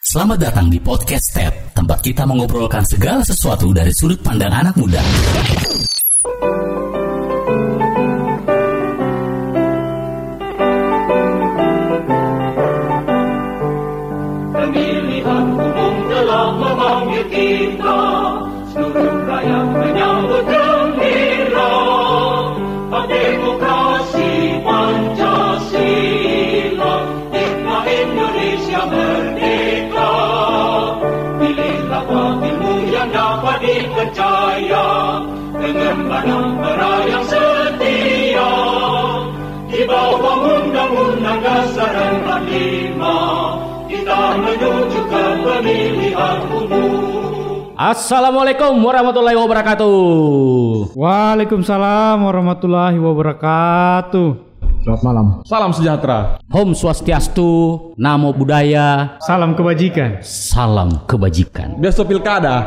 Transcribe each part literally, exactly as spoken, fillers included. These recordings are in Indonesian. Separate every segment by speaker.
Speaker 1: Selamat datang di Podcast Step, tempat kita mengobrolkan segala sesuatu dari sudut pandang anak muda.
Speaker 2: Pemilihan umum telah memanggil kita, seluruh rakyat menyambut gembira. Demokrasi Pancasila, hikmah Indonesia merdeka. Pilihlah wakilmu yang dapat dipercaya, dengan bara yang setia. Di bawah Undang-Undang Dasar empat puluh lima, kita menuju ke pemilihan umum.
Speaker 3: Assalamualaikum warahmatullahi wabarakatuh.
Speaker 4: Waalaikumsalam warahmatullahi wabarakatuh.
Speaker 5: Selamat malam.
Speaker 6: Salam sejahtera.
Speaker 3: Om Swastiastu, Namo Buddhaya,
Speaker 4: Salam kebajikan.
Speaker 3: salam kebajikan.
Speaker 6: Besok pilkada.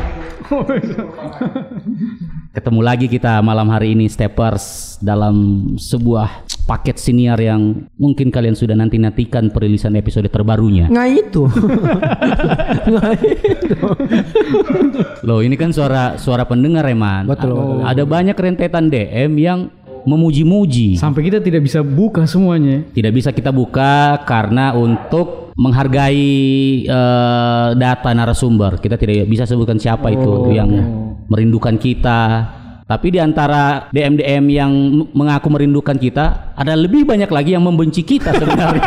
Speaker 3: Ketemu lagi kita malam hari ini Steppers dalam sebuah paket siniar yang mungkin kalian sudah nanti-nantikan perilisan episode terbarunya.
Speaker 5: Nah itu. Nah itu.
Speaker 3: Loh, ini kan suara suara pendengar Eman.
Speaker 5: Betul, betul.
Speaker 3: Ada banyak rentetan D M yang memuji-muji.
Speaker 4: Sampai kita tidak bisa buka semuanya.
Speaker 3: Tidak bisa kita buka karena untuk menghargai uh, data narasumber kita tidak bisa sebutkan siapa itu
Speaker 4: Oh.
Speaker 3: yang merindukan kita. Tapi di antara D M D M yang mengaku merindukan kita, ada lebih banyak lagi yang membenci kita sebenarnya.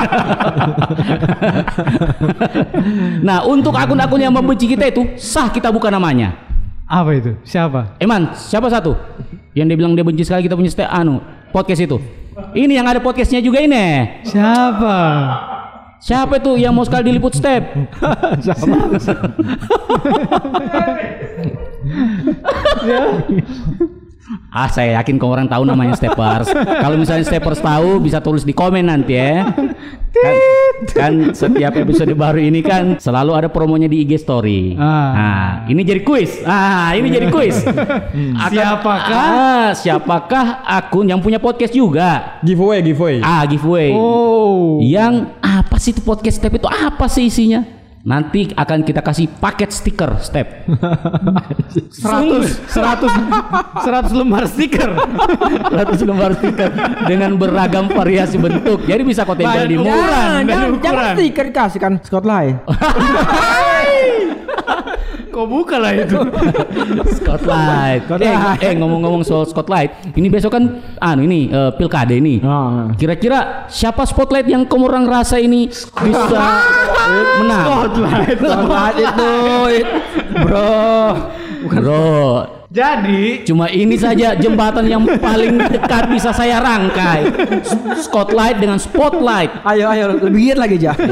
Speaker 3: Nah, untuk akun-akun yang membenci kita itu sah kita buka namanya.
Speaker 4: Apa itu? Siapa?
Speaker 3: Eman, siapa satu? Yang dia bilang dia benci sekali kita punya ste- anu podcast itu. Ini yang ada podcastnya juga ini.
Speaker 4: Siapa?
Speaker 3: Siapa itu yang mau sekali diliput Step? Ah, saya yakin kau orang tahu namanya Steppers. Kalau misalnya Steppers tahu bisa tulis di komen nanti ya. Kan, kan setiap episode baru ini kan selalu ada promonya di I G story.
Speaker 4: Ah.
Speaker 3: Nah, ini jadi kuis. Ah, ini jadi kuis. Akan-
Speaker 4: Siapakah?
Speaker 3: Ah, siapakah akun yang punya podcast juga?
Speaker 6: Giveaway, giveaway.
Speaker 3: Ah, giveaway.
Speaker 4: Oh.
Speaker 3: Yang apa sih itu podcast Step itu? Apa sih isinya? Nanti akan kita kasih paket stiker Step.
Speaker 4: Seratus, seratus, seratus lembar stiker.
Speaker 3: seratus lembar stiker dengan beragam variasi bentuk. Jadi bisa kau tempel di muran.
Speaker 5: Jangan,
Speaker 4: dan
Speaker 5: jangan,
Speaker 4: ukuran.
Speaker 5: jangan stiker kasihkan Scotland.
Speaker 4: Kau buka lah itu.
Speaker 3: Spotlight. Eh, eh ngomong-ngomong soal Spotlight, ini besok kan anu ini eh, pilkada ini.
Speaker 5: Ah.
Speaker 3: Kira-kira siapa Spotlight yang kamu orang rasa ini bisa menang?
Speaker 4: Spotlight.
Speaker 5: Scotland itu, it- bro.
Speaker 3: Bro,
Speaker 4: Jadi
Speaker 3: cuma ini saja jembatan yang paling dekat bisa saya rangkai. Spotlight dengan Spotlight.
Speaker 5: Ayo, ayo, lebih giat lagi jah.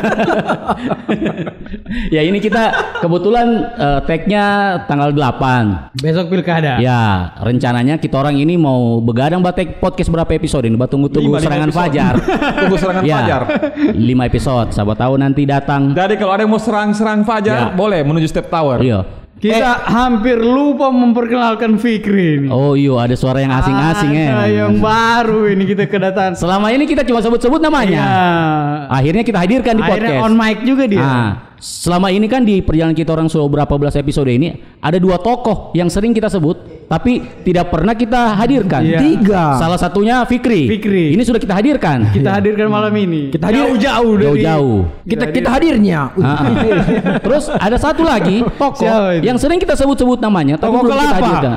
Speaker 3: Ya ini kita kebetulan eh, tag-nya tanggal delapan.
Speaker 4: besok pilkada.
Speaker 3: Ya, rencananya kita orang ini mau begadang batek podcast berapa episode ini? Tunggu-tunggu
Speaker 6: Lima, lima
Speaker 3: serangan
Speaker 6: episode.
Speaker 3: fajar.
Speaker 6: Tunggu serangan
Speaker 3: Ya,
Speaker 6: fajar.
Speaker 3: lima episode. Siapa tahu nanti datang.
Speaker 6: Jadi kalau ada yang mau serang-serang
Speaker 3: Ya.
Speaker 6: fajar, boleh menuju Step Tower.
Speaker 3: Iya.
Speaker 4: Kita hampir lupa memperkenalkan Fikri ini.
Speaker 3: Oh iya, ada suara yang asing-asing
Speaker 4: Ada
Speaker 3: ya.
Speaker 4: yang baru ini kita kedatangan.
Speaker 3: Selama ini kita cuma sebut-sebut namanya.
Speaker 4: Ya.
Speaker 3: Akhirnya kita hadirkan di
Speaker 4: Akhirnya
Speaker 3: podcast.
Speaker 4: on mic juga dia.
Speaker 3: Nah, selama ini kan di perjalanan kita orang sudah berapa belas episode ini ada dua tokoh yang sering kita sebut tapi tidak pernah kita hadirkan.
Speaker 4: Iya.
Speaker 5: Tiga.
Speaker 3: Salah satunya Fikri.
Speaker 4: Fikri.
Speaker 3: Ini sudah kita hadirkan.
Speaker 4: Kita hadirkan malam ini.
Speaker 5: Kita hadir-
Speaker 4: jauh-jauh dari
Speaker 3: Jauh-jauh.
Speaker 5: Kita kita hadirnya.
Speaker 3: Ah, ah. Terus ada satu lagi tokoh
Speaker 4: Siapa itu?
Speaker 3: yang sering kita sebut-sebut namanya tapi
Speaker 4: Tokoh
Speaker 3: belum kita
Speaker 4: kelapa.
Speaker 3: hadirkan.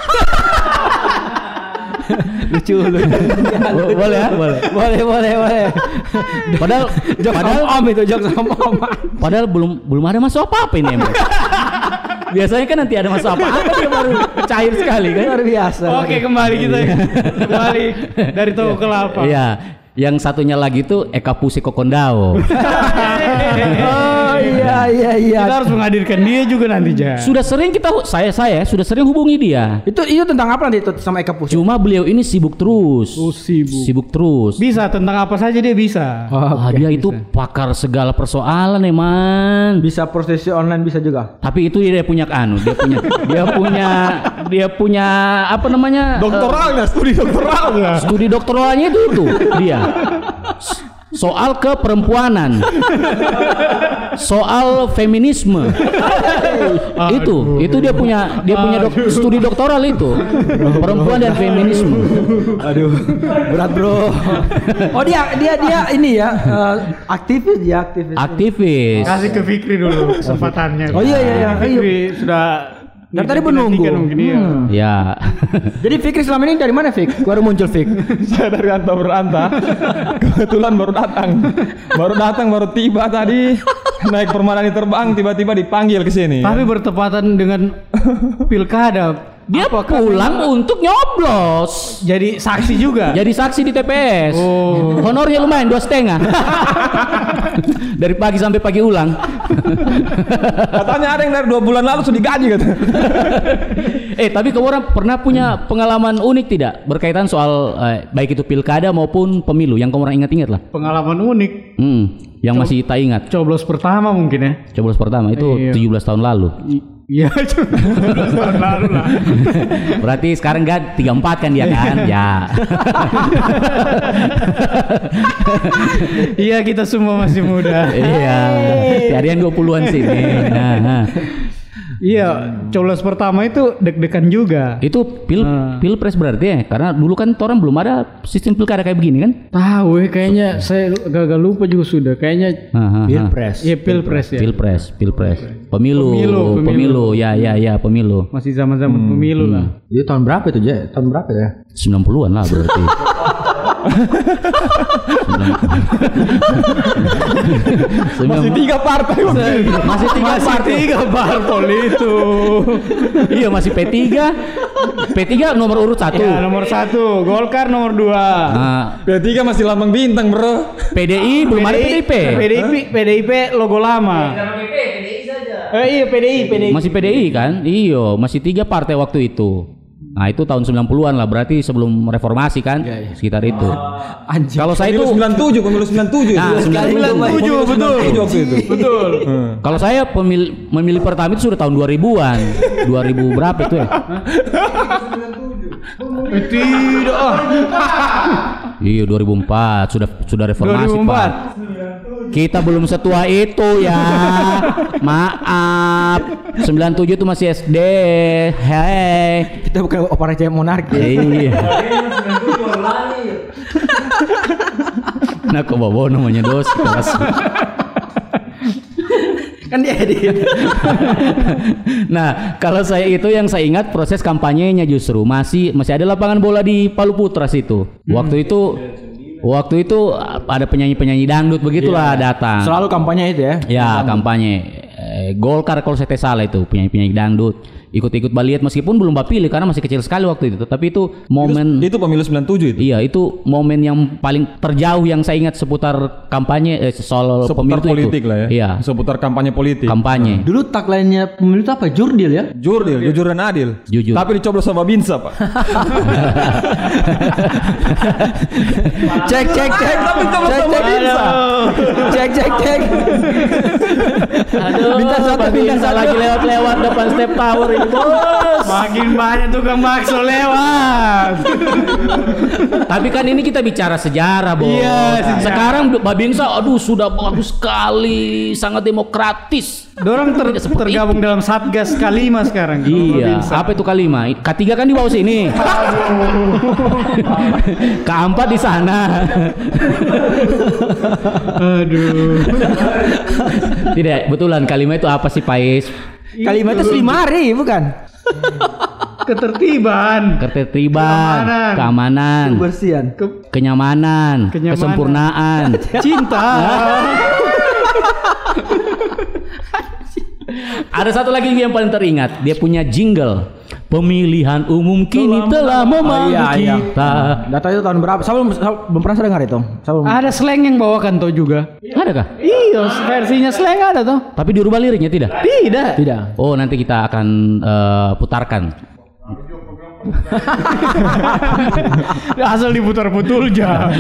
Speaker 5: Lucu, lucu.
Speaker 3: Bo- Boleh ya? Boleh.
Speaker 5: Boleh, boleh, boleh.
Speaker 3: Padahal
Speaker 5: Jok
Speaker 3: padahal
Speaker 5: om itu, jok sama om.
Speaker 3: padahal belum belum ada masuk apa-apa ini emang. Biasanya kan nanti ada masuk apa-apa dia baru cair sekali kan.
Speaker 5: Luar biasa.
Speaker 4: Oke, kembali kita kembali dari toko kelapa.
Speaker 3: Iya. Yang satunya lagi tuh Eka Puse Kokondao.
Speaker 5: Oh iya, iya, iya.
Speaker 4: Kita harus menghadirkan dia juga nanti, Ja.
Speaker 3: Sudah sering kita saya saya sudah sering hubungi dia.
Speaker 5: Itu itu tentang apa nanti itu sama Eka Pus?
Speaker 3: Cuma beliau ini sibuk terus.
Speaker 4: Oh, sibuk.
Speaker 3: Sibuk terus.
Speaker 4: Bisa tentang apa saja dia bisa.
Speaker 3: Ah, dia itu pakar segala persoalan emang.
Speaker 5: Bisa prosesi online bisa juga.
Speaker 3: Tapi itu dia punya anu, dia punya dia punya dia punya apa namanya?
Speaker 6: Doktoralnya, studi doktoralnya.
Speaker 3: eh, studi doktoralnya itu itu dia. soal keperempuanan, soal feminisme. Itu, itu dia punya dia punya dok, studi doktoral itu, perempuan dan feminisme.
Speaker 5: Aduh, berat bro. Oh dia dia dia ini ya uh, aktivis dia aktivis.
Speaker 3: Aktivis.
Speaker 4: Kasih ke Fikri dulu kesempatannya.
Speaker 5: Oh iya iya iya.
Speaker 4: Fikri sudah.
Speaker 5: Dari tadi menunggu.
Speaker 4: Hmm.
Speaker 3: Ya.
Speaker 5: Jadi Fikri selama ini dari mana Fik? Baru muncul Fik.
Speaker 6: Saya dari Anta beranta. Kebetulan baru datang. Baru datang baru tiba tadi. Naik permadani terbang tiba-tiba dipanggil ke sini.
Speaker 4: Tapi bertepatan dengan pilkada.
Speaker 3: Dia
Speaker 4: Apakah
Speaker 3: pulang
Speaker 4: memang
Speaker 3: untuk nyoblos.
Speaker 4: jadi saksi juga.
Speaker 3: Jadi saksi di T P S.
Speaker 4: Oh.
Speaker 3: Honornya lumayan dua setengah. Dari pagi sampai pagi ulang.
Speaker 6: Katanya ada yang dari dua bulan lalu sudah digaji kata.
Speaker 3: Eh tapi kamu orang pernah punya pengalaman unik tidak berkaitan soal eh, baik itu pilkada maupun pemilu yang kamu orang ingat-ingat lah?
Speaker 4: Pengalaman unik.
Speaker 3: Hmm, yang masih tak ingat.
Speaker 4: Coblos pertama mungkin ya.
Speaker 3: Coblos pertama itu
Speaker 4: Iya.
Speaker 3: tujuh belas tahun lalu.
Speaker 4: I- Iya, tahun lalu lah.
Speaker 3: Berarti sekarang kan tiga puluh empat kan dia kan? Ya.
Speaker 4: Iya, kita semua masih muda.
Speaker 3: Iya. Harian dua puluhan sih. Nah, nah.
Speaker 4: Iya, coblos pertama itu deg-degan juga.
Speaker 3: Itu pil pilpres berarti ya? Karena dulu kan orang belum ada sistem pilkada kayak begini kan?
Speaker 4: Tahu ya, kayaknya saya gagal lupa juga sudah. Kayaknya
Speaker 3: Nah,
Speaker 5: Pilpres.
Speaker 4: iya pilpres ya.
Speaker 3: Pilpres, pilpres, pemilu,
Speaker 4: Pemilu,
Speaker 3: pemilu,
Speaker 4: pemilu.
Speaker 3: ya, ya, ya, pemilu.
Speaker 4: Masih zaman-zaman pemilu lah.
Speaker 5: Itu tahun berapa itu Je? Tahun berapa ya?
Speaker 3: sembilan puluhan lah berarti.
Speaker 6: Masih tiga partai.
Speaker 3: Masih tiga
Speaker 4: Masih
Speaker 3: partai.
Speaker 4: tiga parpol itu.
Speaker 3: Iya masih P tiga. P tiga nomor urut satu.
Speaker 4: Ya, nomor satu, Golkar nomor dua.
Speaker 3: Nah,
Speaker 6: P tiga masih lambang bintang bro.
Speaker 3: P D I belum ada P D I P.
Speaker 4: P D I P, P D I P logo lama. Eh iya P D I, P D I.
Speaker 3: Masih P D I kan? Iyo, masih tiga partai waktu itu. Nah itu tahun sembilan puluhan lah, berarti sebelum reformasi kan? Sekitar itu.
Speaker 5: Anjing.
Speaker 3: Kalau saya
Speaker 6: Pemilu
Speaker 3: itu
Speaker 6: sembilan puluh tujuh, pemilu sembilan puluh tujuh.
Speaker 3: Nah, sembilan puluh tujuh.
Speaker 6: Pemilu
Speaker 4: betul.
Speaker 6: sembilan puluh tujuh waktu itu.
Speaker 4: Betul.
Speaker 3: Kalau saya pemilih memilih pertama itu sudah tahun dua ribuan. dua ribu berapa itu ya?
Speaker 4: Eh, Tidak. ah.
Speaker 3: Iya dua ribu empat sudah sudah reformasi
Speaker 4: dua ribu empat.
Speaker 3: Pak. Kita belum setua itu ya. Maaf. sembilan puluh tujuh itu masih S D. Hei.
Speaker 5: Kita bukan operasi monarki.
Speaker 3: Iya. Nah, kok bawa namanya dos kelas.
Speaker 5: Kan dia edit.
Speaker 3: Nah, kalau saya itu yang saya ingat proses kampanyenya justru masih masih ada lapangan bola di Palu Putra situ. Waktu itu waktu itu ada penyanyi-penyanyi dangdut begitulah datang.
Speaker 5: Selalu kampanye itu ya.
Speaker 3: Ya, kampanye eh, Golkar kalau saya tidak salah itu penyanyi-penyanyi dangdut. Ikut-ikut baliet meskipun belum pilih karena masih kecil sekali waktu itu. Tapi itu momen
Speaker 6: Itu pemilu sembilan puluh tujuh itu.
Speaker 3: Iya, itu momen yang paling terjauh yang saya ingat seputar kampanye eh, soal pemilu
Speaker 6: Seputar
Speaker 3: itu.
Speaker 6: politik lah ya.
Speaker 3: Iya,
Speaker 6: Seputar kampanye politik.
Speaker 3: kampanye.
Speaker 5: Dulu tagline-nya pemilu itu apa? Jurdil ya?
Speaker 6: Jurdil, jujur dan adil.
Speaker 3: Jujur.
Speaker 6: Tapi dicoblos sama Binsa, Pak.
Speaker 5: Cek cek cek.
Speaker 6: Tapi coblos
Speaker 5: Cek
Speaker 6: sama
Speaker 5: cek.
Speaker 6: Binsa.
Speaker 5: Cek cek cek.
Speaker 3: Aduh,
Speaker 5: Bintang satu,
Speaker 3: Pak
Speaker 5: bintang
Speaker 3: Binsa
Speaker 5: satu.
Speaker 3: lagi lewat-lewat depan step tower ini, Bos.
Speaker 4: Makin banyak tukang bakso lewat.
Speaker 3: Tapi kan ini kita bicara sejarah, Bos.
Speaker 4: Iya, sejarah.
Speaker 3: Sekarang Pak Binsa aduh sudah bagus sekali, sangat demokratis.
Speaker 4: Dorang ter
Speaker 3: Tidak seperti
Speaker 4: tergabung dalam Satgas K lima sekarang.
Speaker 3: Iya, apa itu K lima? K tiga kan di bawah sini. K empat di sana.
Speaker 4: Aduh.
Speaker 3: Tidak, betulan K lima itu apa sih, Pais?
Speaker 5: Kalimat itu Slimari bukan?
Speaker 4: Ketertiban.
Speaker 3: Ketertiban,
Speaker 4: Keamanan.
Speaker 3: keamanan,
Speaker 5: Kebersihan.
Speaker 4: Ke-
Speaker 3: kenyamanan,
Speaker 4: Kenyamanan.
Speaker 3: kesempurnaan.
Speaker 4: cinta.
Speaker 3: Ada satu lagi yang paling teringat, dia punya jingle. Pemilihan umum kini telah memanggil
Speaker 5: Oh, iya, iya.
Speaker 3: kita.
Speaker 5: Data itu tahun berapa? Saya belum, saya belum pernah saya dengar itu. Saya belum.
Speaker 4: Ada slang yang bawakan tuh juga.
Speaker 3: Adakah?
Speaker 4: Iya, versinya slang ada tuh.
Speaker 3: Tapi dirubah liriknya tidak?
Speaker 4: Tidak.
Speaker 5: Tidak.
Speaker 3: Oh, nanti kita akan eh, putarkan.
Speaker 4: Asal diputar betul aja.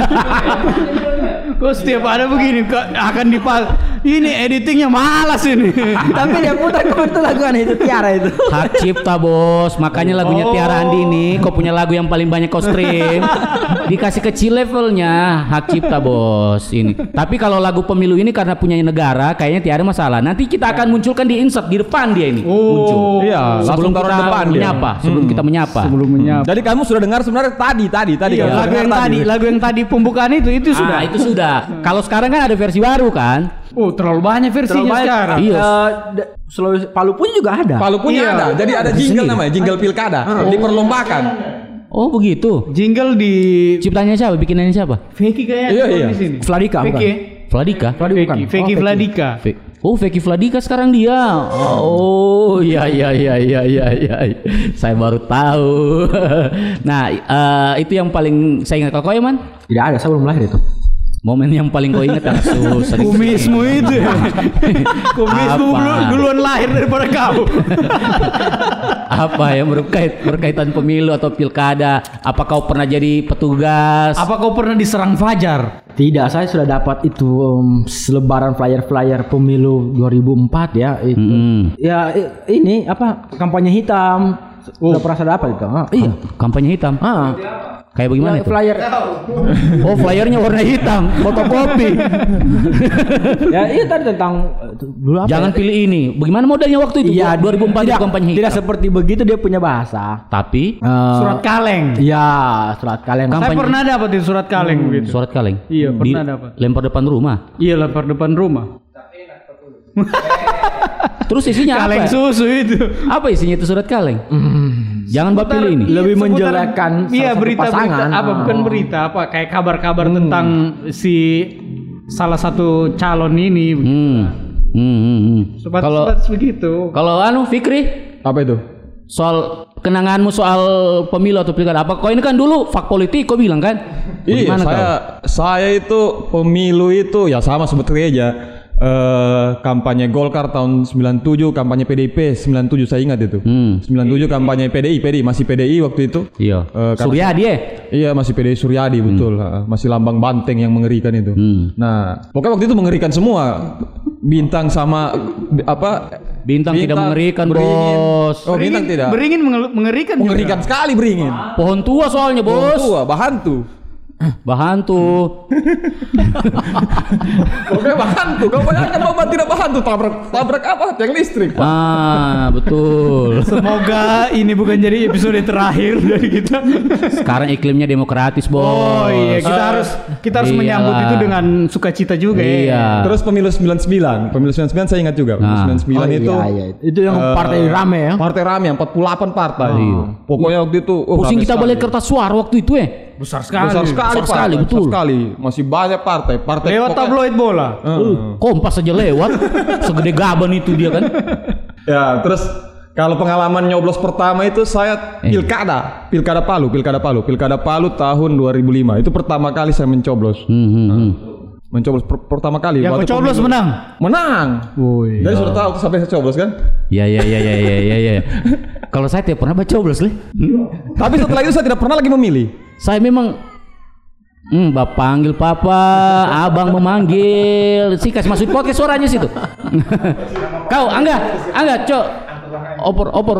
Speaker 4: Kok setiap ada begini kok akan dipas. Ini editingnya malas ini.
Speaker 5: Tapi dia putar itu laguan itu Tiara itu.
Speaker 3: Hak cipta, Bos. Makanya lagunya
Speaker 4: Oh.
Speaker 3: Tiara Andini. Kau punya lagu yang paling banyak kau stream. dikasih kecil levelnya hak cipta bos ini. Tapi kalau lagu pemilu ini karena punya negara kayaknya tidak ada masalah. Nanti kita akan munculkan di insert di depan dia ini.
Speaker 4: Oh,
Speaker 3: muncul.
Speaker 6: Iya,
Speaker 3: Sebelum
Speaker 6: langsung taruh
Speaker 3: kita
Speaker 6: di depan dia.
Speaker 3: menyapa, sebelum
Speaker 6: Hmm.
Speaker 3: kita menyapa.
Speaker 4: Sebelum menyapa.
Speaker 6: Jadi kamu sudah dengar sebenarnya tadi tadi tadi
Speaker 4: Iya,
Speaker 6: kamu
Speaker 4: lagu
Speaker 6: dengar
Speaker 4: yang tadi, lagu yang tadi pembukaan itu itu
Speaker 3: Ah,
Speaker 4: sudah.
Speaker 3: itu sudah. Kalau sekarang kan ada versi baru kan?
Speaker 4: Oh, terlalu banyak versinya
Speaker 5: Terlalu banyak.
Speaker 4: sekarang.
Speaker 3: Iya.
Speaker 5: Eh, d- Sulawesi Palu pun juga ada.
Speaker 6: Palu punya
Speaker 4: Iya.
Speaker 6: ada. Jadi ada jingle namanya, jingle pilkada. Diperlombakan.
Speaker 3: Oh begitu.
Speaker 4: Jingle di
Speaker 3: Ciptanya siapa? Bikinannya siapa?
Speaker 4: Feki kayaknya
Speaker 6: Iya,
Speaker 4: kalau
Speaker 6: iya.
Speaker 4: di sini.
Speaker 5: Vladika bukan?
Speaker 4: Feki.
Speaker 3: Vladika.
Speaker 4: Feki, Feki
Speaker 5: Oh,
Speaker 4: Vladika.
Speaker 3: Fe- Oh, Feki Vladika sekarang dia. Oh, iya iya iya iya iya iya. Saya baru tahu. Nah, eh, itu yang paling saya ingat. Kalau kau Eman?
Speaker 5: Tidak ada, saya belum lahir itu.
Speaker 3: Momen yang paling kau ingat yang susah.
Speaker 4: Kumismu itu. Kumismu
Speaker 3: Apa?
Speaker 4: dulu- duluan lahir daripada kau.
Speaker 3: Apa yang berkait berkaitan pemilu atau pilkada? Apa kau pernah jadi petugas?
Speaker 4: Apa kau pernah diserang Fajar?
Speaker 5: Tidak, saya sudah dapat itu um, selebaran flyer-flyer pemilu dua ribu empat ya. Itu.
Speaker 3: Mm-mm.
Speaker 5: Ya i- ini apa kampanye hitam. Sudah pernah saya dapat itu. Ah, iya.
Speaker 3: Kampanye hitam.
Speaker 5: Ah,
Speaker 3: Kayak bagaimana
Speaker 5: ya,
Speaker 3: itu?
Speaker 5: flyer.
Speaker 3: Oh, flyernya warna hitam, fotokopi.
Speaker 5: Ya iya tadi tentang eh, itu dulu apa?
Speaker 3: Jangan
Speaker 5: ya?
Speaker 3: pilih ini. Bagaimana modelnya waktu itu?
Speaker 5: Iya,
Speaker 3: dua ribu empat
Speaker 5: tidak,
Speaker 3: itu kampanye hitam.
Speaker 5: tidak seperti begitu, dia punya bahasa.
Speaker 3: Tapi
Speaker 5: Eh,
Speaker 4: Surat kaleng.
Speaker 5: Iya, surat kaleng.
Speaker 3: Kampanye-
Speaker 4: Saya pernah dapat itu surat kaleng begitu.
Speaker 3: surat kaleng.
Speaker 4: Iya, pernah
Speaker 3: Di-
Speaker 4: dapat.
Speaker 3: Lempar depan rumah.
Speaker 4: Iya, lempar depan rumah.
Speaker 3: Terus isinya apa?
Speaker 4: Kaleng
Speaker 3: ya?
Speaker 4: susu itu.
Speaker 3: Apa isinya itu surat kaleng? Jangan bapak pilih ini.
Speaker 5: Lebih
Speaker 4: Seputar-
Speaker 5: menjelekkan
Speaker 4: iya,
Speaker 5: salah satu
Speaker 4: berita-berita
Speaker 5: pasangan.
Speaker 4: apa
Speaker 5: Ah.
Speaker 4: bukan berita apa kayak kabar-kabar tentang si salah satu calon ini.
Speaker 3: Hmm. Hmm, hmm, hmm.
Speaker 4: Sobat
Speaker 3: Kalau
Speaker 4: sobat begitu.
Speaker 3: kalau anu Fikri
Speaker 6: Apa itu?
Speaker 3: soal kenanganmu soal pemilu atau pilkada apa? Kau ini kan dulu fak politik kau bilang kan?
Speaker 6: Iya,
Speaker 3: Bagaimana
Speaker 6: saya saya itu pemilu itu ya sama sebetulnya aja. Eh, kampanye Golkar tahun sembilan tujuh, kampanye P D I P sembilan tujuh saya ingat itu.
Speaker 3: Hmm.
Speaker 6: sembilan tujuh kampanye P D I, P D I masih P D I waktu itu.
Speaker 3: Iya.
Speaker 6: Eh, karena-
Speaker 3: Suryadi ya?
Speaker 6: Iya masih P D I Suryadi betul, Ha, masih lambang banteng yang mengerikan itu.
Speaker 3: Hmm.
Speaker 6: Nah, pokoknya waktu itu mengerikan semua. Bintang sama b- apa?
Speaker 3: Bintang tidak mengerikan,
Speaker 6: beringin.
Speaker 3: Bos.
Speaker 6: Oh, bintang tidak.
Speaker 4: Beringin menge- mengerikan. juga.
Speaker 6: Mengerikan sekali beringin.
Speaker 3: Pohon tua soalnya, Bos.
Speaker 6: Tua, bahantu.
Speaker 3: Bahantu.
Speaker 6: Pokoknya bahantu. Kau bayangkan bapak tidak bahantu, tabrak tabrak apa? Tiang listrik. Pak.
Speaker 3: Ah, betul.
Speaker 4: Semoga ini bukan jadi episode terakhir dari kita.
Speaker 3: Sekarang iklimnya demokratis, Bos.
Speaker 4: Oh iya, kita harus kita harus
Speaker 3: Iyalah.
Speaker 4: menyambut itu dengan sukacita juga ya.
Speaker 3: Iya.
Speaker 6: Terus pemilu sembilan sembilan, pemilu sembilan sembilan saya ingat juga. Pemilu
Speaker 3: Nah.
Speaker 6: sembilan sembilan
Speaker 5: Oh,
Speaker 6: itu
Speaker 5: iya, iya. Itu yang
Speaker 6: eh,
Speaker 5: partai rame ya.
Speaker 6: Partai rame empat puluh delapan partai. Pokoknya waktu itu oh,
Speaker 3: Pusing
Speaker 6: rame
Speaker 3: kita
Speaker 6: sekali.
Speaker 3: balik kertas suara waktu itu ya.
Speaker 4: Besar sekali.
Speaker 6: Besar sekali,
Speaker 3: Besar
Speaker 6: Pak.
Speaker 3: sekali,
Speaker 6: Besar
Speaker 3: betul.
Speaker 6: sekali. Masih banyak partai. Partai
Speaker 4: Lewat
Speaker 6: pokoknya-
Speaker 4: tabloid bola.
Speaker 6: Heeh.
Speaker 3: Kompas saja lewat. Segede gaban itu dia kan.
Speaker 6: Ya, terus kalau pengalaman nyoblos pertama itu saya
Speaker 3: Eh.
Speaker 6: pilkada, pilkada Palu, pilkada Palu, pilkada Palu tahun dua ribu lima. Itu pertama kali saya mencoblos.
Speaker 3: Hmm, hmm, hmm.
Speaker 6: Mencoblos per- pertama kali.
Speaker 4: Yang
Speaker 6: waktu
Speaker 4: kau coblos
Speaker 6: pemilu.
Speaker 4: menang.
Speaker 6: Menang.
Speaker 4: Woi.
Speaker 6: Jadi sudah tahu sampai saya coblos kan?
Speaker 3: Ya ya ya ya ya ya ya. Kalau saya tidak pernah baca coblos leh.
Speaker 6: Tapi setelah itu saya tidak pernah lagi memilih.
Speaker 3: Saya memang Hmm, bapak panggil papa, abang memanggil. Si kasih masuk podcast suaranya situ. Kau, Angga, Angga, cok. Opor, opor.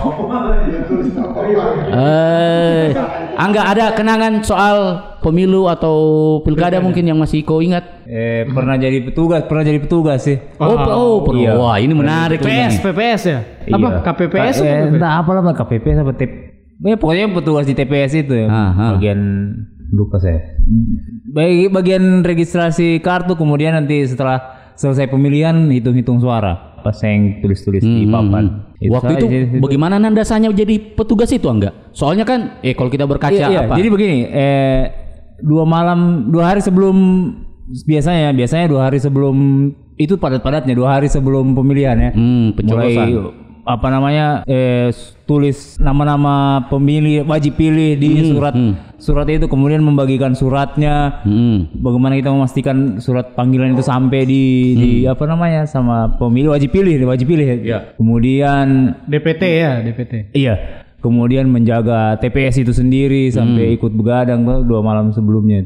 Speaker 3: Eh, Angga ada kenangan soal pemilu atau pilkada mungkin yang masih kau ingat?
Speaker 7: Eh pernah jadi petugas, pernah jadi petugas sih.
Speaker 3: Oh, oh, per-
Speaker 7: Iya.
Speaker 3: wah ini menarik
Speaker 4: P S,
Speaker 3: nih.
Speaker 4: P P S ya? Apa?
Speaker 7: Iya.
Speaker 4: K P P S?
Speaker 7: Eh,
Speaker 4: apa P P S?
Speaker 7: entah apa lah K P P apa T P. Ya pokoknya petugas di T P S itu ya.
Speaker 3: Aha.
Speaker 7: Bagian lupa saya. Bagi bagian registrasi kartu kemudian nanti setelah selesai pemilihan hitung-hitung suara. Pas yang tulis-tulis di
Speaker 3: Hmm,
Speaker 7: papan.
Speaker 3: hmm. Waktu itu
Speaker 7: saja,
Speaker 3: bagaimana nandasanya jadi petugas itu enggak? Soalnya kan eh kalau kita berkaca
Speaker 7: Iya, iya.
Speaker 3: apa?
Speaker 7: Jadi begini, eh dua malam, dua hari sebelum biasanya, biasanya dua hari sebelum itu padat-padatnya dua hari sebelum pemilihan ya.
Speaker 3: Hmm, pencoblosan.
Speaker 7: Mulai apa namanya eh tulis nama-nama pemilih wajib pilih di
Speaker 3: Hmm,
Speaker 7: surat
Speaker 3: hmm.
Speaker 7: surat itu kemudian membagikan suratnya.
Speaker 3: Hmm.
Speaker 7: Bagaimana kita memastikan surat panggilan itu sampai di di apa namanya sama pemilih wajib pilih, wajib pilih.
Speaker 3: Ya.
Speaker 7: Kemudian
Speaker 4: D P T ya, D P T.
Speaker 7: iya, kemudian menjaga T P S itu sendiri sampai ikut begadang tuh dua malam sebelumnya itu.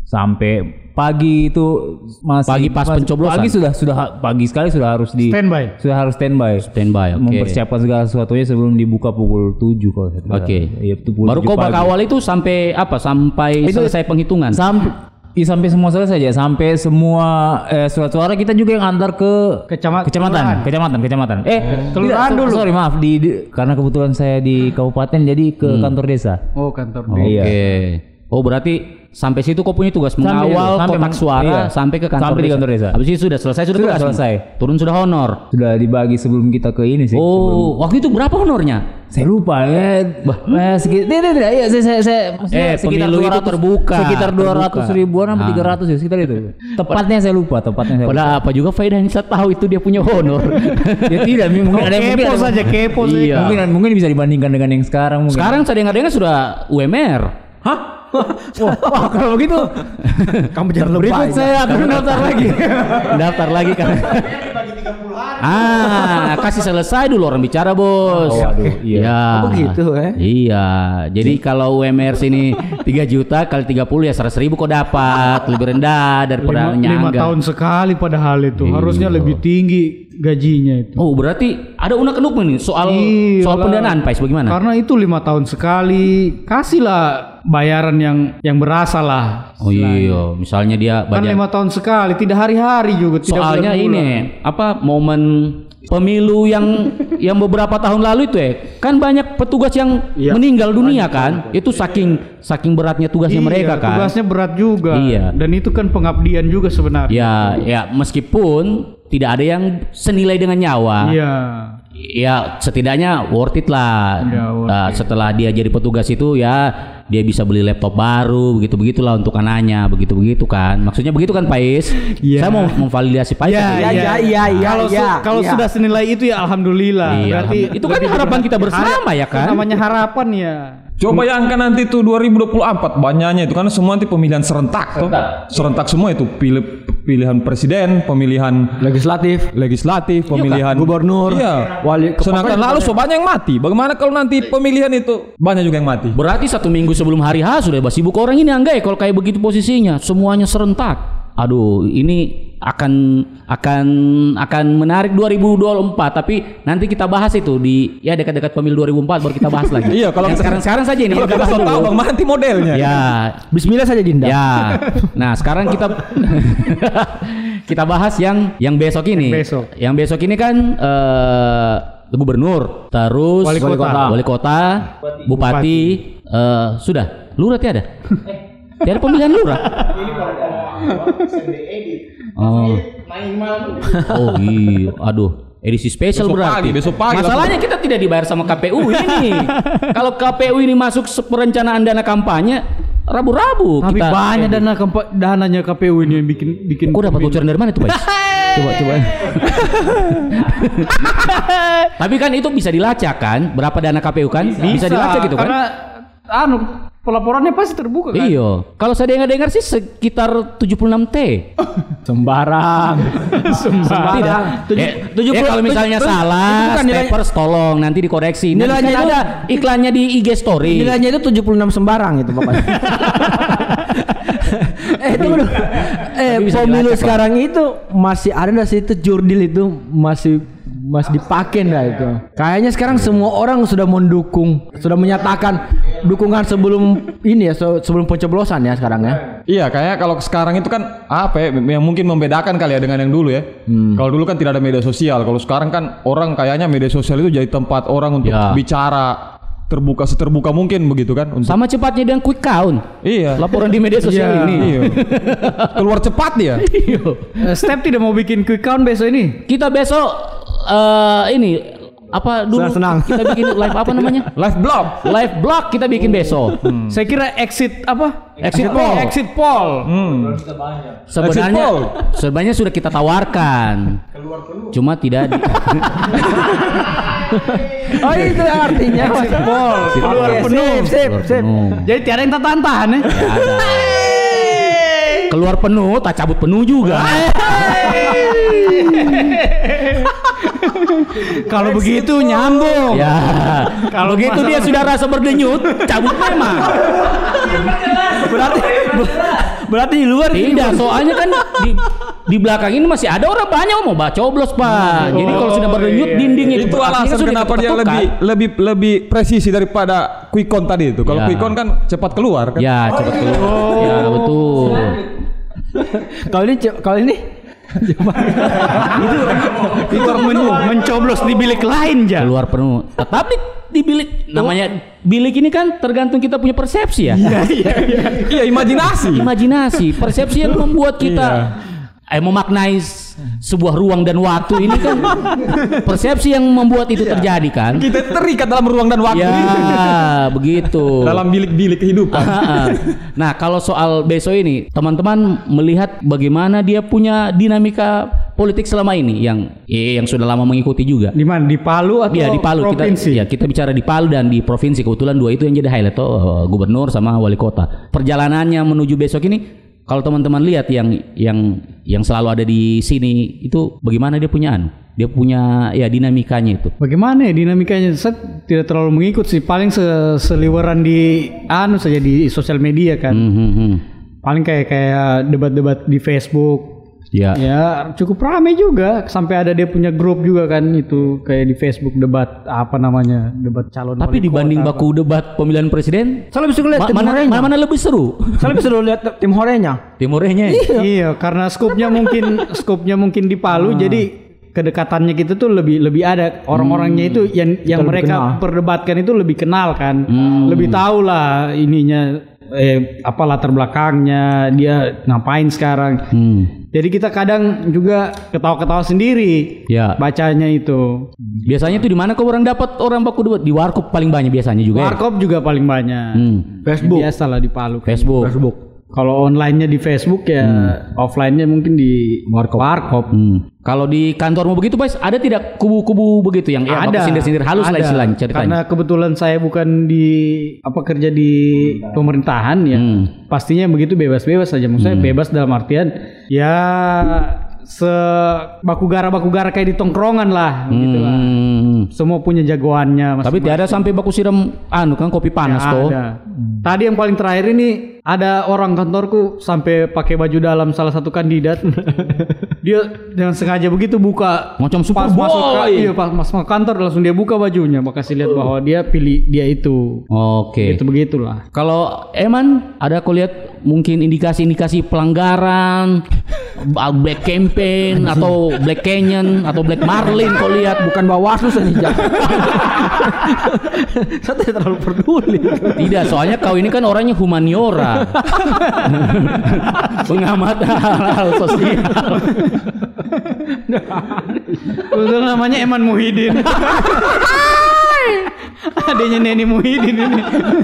Speaker 7: sampai pagi itu masih
Speaker 3: Pagi pas
Speaker 7: masih-
Speaker 3: pencoblosan?
Speaker 7: Pagi sudah sudah pagi sekali sudah harus di
Speaker 4: Standby.
Speaker 7: Sudah harus standby.
Speaker 3: Standby, oke.
Speaker 7: Mempersiapkan segala sesuatunya sebelum dibuka pukul tujuh kalau saya tidak
Speaker 3: Oke.
Speaker 7: salah. Iya, itu pukul
Speaker 3: Baru
Speaker 7: tujuh
Speaker 3: kau
Speaker 7: pagi.
Speaker 3: awal itu sampai apa? Sampai
Speaker 7: Itu-
Speaker 3: selesai penghitungan.
Speaker 7: Sampai ya, sampai semua selesai aja, sampai semua eh, surat suara kita juga yang antar ke
Speaker 4: Kecama-
Speaker 7: kecamatan,
Speaker 4: kelurahan.
Speaker 7: kecamatan, kecamatan. Eh,
Speaker 4: kelurahan
Speaker 7: tidak,
Speaker 4: dulu.
Speaker 7: Sorry, maaf di, di- karena kebetulan saya di kabupaten jadi ke kantor desa.
Speaker 4: Oh, kantor.
Speaker 3: Oke.
Speaker 7: Iya.
Speaker 3: Oh berarti sampai situ kau punya tugas
Speaker 7: Sampai-
Speaker 3: mengawal
Speaker 7: sampai-
Speaker 3: kotak suara
Speaker 7: iya.
Speaker 3: sampai ke kantor
Speaker 7: Sampai di
Speaker 3: desa.
Speaker 7: kantor desa.
Speaker 3: Habis itu sudah selesai sudah,
Speaker 7: Sudah
Speaker 3: tugas.
Speaker 7: selesai.
Speaker 3: Turun sudah honor.
Speaker 7: Sudah dibagi sebelum kita ke ini sih. sebelum-
Speaker 3: Oh, waktu itu berapa honornya?
Speaker 7: saya lupa ya. Eh, sekitar, tidak, tidak, iya, saya, saya, saya, maksudnya
Speaker 3: Eh,
Speaker 7: sekitar
Speaker 3: pemilu itu
Speaker 7: dua ratus
Speaker 3: terbuka,
Speaker 7: sekitar dua ratus
Speaker 3: terbuka.
Speaker 7: ribuan sampai
Speaker 3: Ah.
Speaker 7: tiga ratus ya, sekitar itu. Tepatnya saya lupa, tepatnya saya lupa.
Speaker 3: Padahal apa juga faedah yang saya tahu itu dia punya honor.
Speaker 7: Ya tidak, mungkin ada yang mungkin
Speaker 4: Kepo
Speaker 7: ada-
Speaker 4: saja, kepo saja.
Speaker 3: Iya.
Speaker 7: Mungkin mungkin bisa dibandingkan dengan yang sekarang mungkin.
Speaker 3: Sekarang saya dengar-dengar sudah U M R.
Speaker 7: Hah? Wah, wah, kalau begitu
Speaker 5: Kamu jangan lebay.
Speaker 7: berikut saya akan daftar lagi.
Speaker 3: Daftar lagi kan. Ah, kasih selesai dulu orang bicara, Bos.
Speaker 7: Oh, aduh, iya.
Speaker 3: Ya.
Speaker 5: Oh, begitu, eh?
Speaker 3: Iya. Jadi kalau U M R sini tiga juta kali tiga puluh ya seratus ribu kok dapat. Lebih rendah daripada
Speaker 4: Lima, lima
Speaker 3: nyangga.
Speaker 4: tahun sekali padahal itu.
Speaker 3: Iya.
Speaker 4: Harusnya lebih tinggi gajinya itu.
Speaker 3: Oh, berarti ada unek-unek nih soal
Speaker 4: Iya
Speaker 3: soal
Speaker 4: lah.
Speaker 3: pendanaan, Pais, bagaimana?
Speaker 4: Karena itu lima tahun sekali. Kasihlah bayaran yang yang berasa lah.
Speaker 3: Oh iya, misalnya dia
Speaker 4: Kan
Speaker 3: banyak.
Speaker 4: lima tahun sekali, tidak hari-hari juga. Tidak
Speaker 3: Soalnya
Speaker 4: bulan-bulan.
Speaker 3: ini apa momen pemilu yang yang beberapa tahun lalu itu ya kan banyak petugas yang
Speaker 4: Iya.
Speaker 3: meninggal dunia kan itu saking saking beratnya tugasnya
Speaker 4: Iya,
Speaker 3: mereka kan
Speaker 4: tugasnya berat juga.
Speaker 3: Iya.
Speaker 4: Dan itu kan pengabdian juga sebenarnya.
Speaker 3: ya ya meskipun tidak ada yang senilai dengan nyawa
Speaker 4: Iya.
Speaker 3: ya setidaknya worth it lah.
Speaker 4: Ya, worth
Speaker 3: Nah, setelah dia jadi petugas itu ya dia bisa beli laptop baru begitu begitulah untuk anaknya begitu begitu kan maksudnya begitu kan Pais.
Speaker 4: Iya.
Speaker 3: Saya mau memvalidasi Pais.
Speaker 4: Iya,
Speaker 3: tapi-
Speaker 5: iya, iya, iya, iya,
Speaker 4: Kalau su-
Speaker 5: iya,
Speaker 4: kalau
Speaker 5: iya.
Speaker 4: sudah senilai itu ya alhamdulillah.
Speaker 3: Iya,
Speaker 4: Berarti
Speaker 3: alhamdulillah. Itu kan harapan kita bersama ya kan?
Speaker 4: Namanya harapan ya.
Speaker 6: Coba bayangkan nanti tuh dua ribu dua puluh empat banyaknya itu karena semua nanti pemilihan serentak tuh. Serentak semua itu pilih pilihan presiden, pemilihan
Speaker 5: Legislatif,
Speaker 6: legislatif, pemilihan
Speaker 5: gubernur,
Speaker 6: Iya.
Speaker 5: wali
Speaker 6: Sedangkan lalu so banyak yang mati. Bagaimana kalau nanti pemilihan itu banyak juga yang mati?
Speaker 3: Berarti satu minggu sebelum hari H sudah sibuk orang ini Angga ya kalau kayak begitu posisinya semuanya serentak. Aduh, ini akan akan akan menarik dua ribu dua puluh empat tapi nanti kita bahas itu di ya dekat-dekat pemilu dua ribu empat baru kita bahas lagi.
Speaker 6: Iya, kalau
Speaker 3: Yang sekarang-sekarang saja ini
Speaker 6: Kalau
Speaker 3: kita
Speaker 6: kita
Speaker 3: bahas
Speaker 6: so tahu
Speaker 3: dulu.
Speaker 6: bagaimana nanti modelnya.
Speaker 3: Ya,
Speaker 5: Bismillah saja Dinda.
Speaker 3: ya. Nah, sekarang kita kita bahas yang yang besok ini.
Speaker 4: Yang besok.
Speaker 3: Yang besok ini kan eh gubernur, terus
Speaker 4: Wali kota.
Speaker 3: wali kota, bupati, eh, sudah. Lurah tiada? Tiada pemilihan lurah. Oh. Oh iya, aduh. Edisi spesial
Speaker 6: Besok
Speaker 3: berarti.
Speaker 6: pagi, besok pagi
Speaker 3: Masalahnya kita tidak dibayar sama K P U ini. Kalau K P U ini masuk se- perencanaan dana kampanye, rabu-rabu
Speaker 4: Tapi
Speaker 3: kita.
Speaker 4: banyak dana kempa- dananya K P U ini yang bikin bikin.
Speaker 3: Kok dapat bocoran dari mana tuh, Pak? Coba coba. Tapi kan itu bisa dilacak kan? Berapa dana K P U kan? Bisa, dilacak gitu kan?
Speaker 4: Karena anu pelaporannya pasti terbuka kan.
Speaker 3: Iya. Kalau saya dengar-dengar sih sekitar tujuh puluh enam T.
Speaker 5: Sembarang.
Speaker 3: Tidak. Eh,
Speaker 5: tujuh
Speaker 3: eh,
Speaker 5: puluh-
Speaker 3: kalau misalnya
Speaker 5: tujuh-
Speaker 3: salah,
Speaker 5: itu bukan nilai-
Speaker 3: Steppers tolong nanti dikoreksi. Nanti
Speaker 5: Nilainya
Speaker 3: kan
Speaker 5: itu-
Speaker 3: ada iklannya di I G story.
Speaker 5: Nilainya itu tujuh puluh enam sembarang itu pokoknya. eh tunggu dulu. Eh
Speaker 3: Tapi bisa
Speaker 5: pemilu
Speaker 3: dilacak,
Speaker 5: sekarang itu masih ada nggak sih itu jurdil itu masih masih dipakai nggak itu? Kayaknya sekarang semua orang sudah mendukung, sudah menyatakan dukungan sebelum ini ya, se- sebelum pencoblosan ya sekarang ya.
Speaker 6: Iya, kayak kalau sekarang itu kan apa ya yang mungkin membedakan kali ya dengan yang dulu ya. Kalau dulu kan tidak ada media sosial, kalau sekarang kan orang kayaknya media sosial itu jadi tempat orang untuk
Speaker 3: Ya.
Speaker 6: bicara terbuka seterbuka mungkin begitu kan untuk
Speaker 3: Sama cepatnya dengan quick count.
Speaker 6: iya.
Speaker 3: Laporan di media sosial
Speaker 4: Iya.
Speaker 3: ini.
Speaker 6: Iya. Keluar cepat dia.
Speaker 4: Eh, Step tidak mau bikin quick count besok ini.
Speaker 3: Kita besok eh ini apa dulu
Speaker 5: Senang-senang.
Speaker 3: kita bikin live apa namanya?
Speaker 6: Live blog.
Speaker 3: Live blog kita bikin besok.
Speaker 4: Saya kira exit apa?
Speaker 3: Exit poll.
Speaker 4: Exit poll.
Speaker 3: Sebenarnya
Speaker 6: poll.
Speaker 3: sebenarnya sudah kita tawarkan. Cuma tidak di-
Speaker 5: Oh itu artinya
Speaker 4: Exit poll. Keluar
Speaker 5: Oke,
Speaker 4: penuh.
Speaker 5: sip, sip,
Speaker 3: keluar
Speaker 5: sip.
Speaker 3: penuh.
Speaker 4: Jadi tiada yang tahan-tahan ya.
Speaker 3: Ya ada. Keluar penuh, tak cabut penuh juga.
Speaker 4: Kalau begitu nyambung.
Speaker 3: Ya. Kalau begitu dia sudah rasa berdenyut, cabut memang.
Speaker 5: berarti berarti di luar
Speaker 3: Tidak, soalnya kan di di belakang ini masih ada orang banyak mau baca coblos, Pak. Jadi kalau sudah berdenyut dinding itu,
Speaker 6: Itu
Speaker 3: artinya
Speaker 6: alasan
Speaker 3: sudah
Speaker 6: kenapa dia
Speaker 3: diketok-ketokkan.
Speaker 6: lebih lebih lebih presisi daripada quick count tadi itu. Kalau
Speaker 3: Ya.
Speaker 6: quick count kan cepat keluar kan.
Speaker 3: Ya, cepat keluar. Ya, betul.
Speaker 5: kalau ini kalau ini
Speaker 4: Itu men- mencoblos di bilik lain ja.
Speaker 3: Keluar penuh. Tetap di, di bilik namanya bilik ini kan tergantung kita punya persepsi ya.
Speaker 6: Iya, imajinasi.
Speaker 3: Imajinasi, persepsi yang membuat kita eh memaknai s- sebuah ruang dan waktu ini kan persepsi yang membuat itu terjadi kan.
Speaker 6: Kita terikat dalam ruang dan waktu.
Speaker 3: Ya, begitu.
Speaker 6: Dalam bilik-bilik kehidupan.
Speaker 3: Nah, kalau soal besok ini, teman-teman melihat bagaimana dia punya dinamika politik selama ini yang eh, yang sudah lama mengikuti juga.
Speaker 4: Di mana? Di Palu atau
Speaker 3: Iya di Palu
Speaker 4: provinsi?
Speaker 3: kita ya kita bicara di Palu dan di provinsi, kebetulan dua itu yang jadi highlight tuh eh, gubernur sama wali kota. Perjalanannya menuju besok ini kalau teman-teman lihat yang yang yang selalu ada di sini itu bagaimana dia punya anu? Dia punya ya dinamikanya itu.
Speaker 4: Bagaimana ya dinamikanya? Saya tidak terlalu mengikut sih. Paling se- seliweran di anu saja di sosial media kan.
Speaker 3: Hmm, hmm, hmm.
Speaker 4: Paling kayak kayak debat-debat di Facebook.
Speaker 3: Ya.
Speaker 4: Ya cukup ramai juga. Sampai ada dia punya grup juga kan itu kayak di Facebook debat apa namanya debat calon.
Speaker 3: Tapi
Speaker 4: wali
Speaker 3: dibanding
Speaker 4: kota,
Speaker 3: baku debat pemilihan presiden,
Speaker 5: saya lebih suka lihat
Speaker 3: ma-
Speaker 5: tim
Speaker 3: mana,
Speaker 5: horenya.
Speaker 3: mana mana lebih seru?
Speaker 5: Saya lebih suka lihat tim horenya.
Speaker 3: Timurnya.
Speaker 4: Iya, karena skupnya mungkin skupnya mungkin di Palu,
Speaker 3: Ah.
Speaker 4: jadi kedekatannya kita tuh lebih lebih ada orang-orangnya itu yang yang
Speaker 5: lebih
Speaker 4: mereka
Speaker 5: kenal.
Speaker 4: perdebatkan itu lebih kenal kan,
Speaker 3: Hmm.
Speaker 4: lebih tahu lah ininya eh, apa latar belakangnya dia ngapain sekarang.
Speaker 3: Hmm.
Speaker 4: Jadi kita kadang juga ketawa-ketawa sendiri
Speaker 3: Ya.
Speaker 4: bacanya itu.
Speaker 3: Biasanya tuh di mana kau orang dapat orang baku debat? Di warkop paling banyak biasanya juga. Ya?
Speaker 4: Warkop juga paling banyak.
Speaker 3: Hmm.
Speaker 5: Facebook.
Speaker 4: Biasa lah di Palu.
Speaker 3: Facebook.
Speaker 4: Kalau online-nya di Facebook ya, offline-nya mungkin di warkop. Warkop.
Speaker 3: Hmm. Kalau di kantormu begitu, Pak, ada tidak kubu-kubu begitu yang ya, baku sindir-sindir halus lah
Speaker 4: ada.
Speaker 3: istilahnya ceritanya.
Speaker 4: Karena kebetulan saya bukan di apa kerja di pemerintahan ya,
Speaker 3: Hmm.
Speaker 4: pastinya begitu bebas-bebas saja. Maksudnya bebas dalam artian ya se baku gara baku gara kayak di tongkrongan lah, gitu lah.
Speaker 3: Hmm.
Speaker 4: Semua punya jagoannya.
Speaker 3: Tapi tidak ada sampai baku siram anu kan kopi panas toh.
Speaker 4: Ada. Tadi yang paling terakhir ini ada orang kantorku sampai pakai baju dalam salah satu kandidat. Dia dengan sengaja begitu buka
Speaker 3: Macam
Speaker 4: pas
Speaker 3: Superboy.
Speaker 4: masuk ka- iya pas masuk kantor langsung dia buka bajunya, makasih lihat bahwa dia pilih dia itu.
Speaker 3: Oke.
Speaker 4: Itu begitulah.
Speaker 3: Kalau Eman ada kau lihat mungkin indikasi-indikasi pelanggaran, black campaign atau black canyon atau black marlin kau lihat
Speaker 5: Bukan Bawaslu saya nih. Saya tidak terlalu peduli.
Speaker 3: Tidak, soalnya kau ini kan orangnya humaniora. Pengamat hal-hal sosial.
Speaker 4: Betul namanya Eman Muhyiddin. Adanya Neni Muhyiddin ini.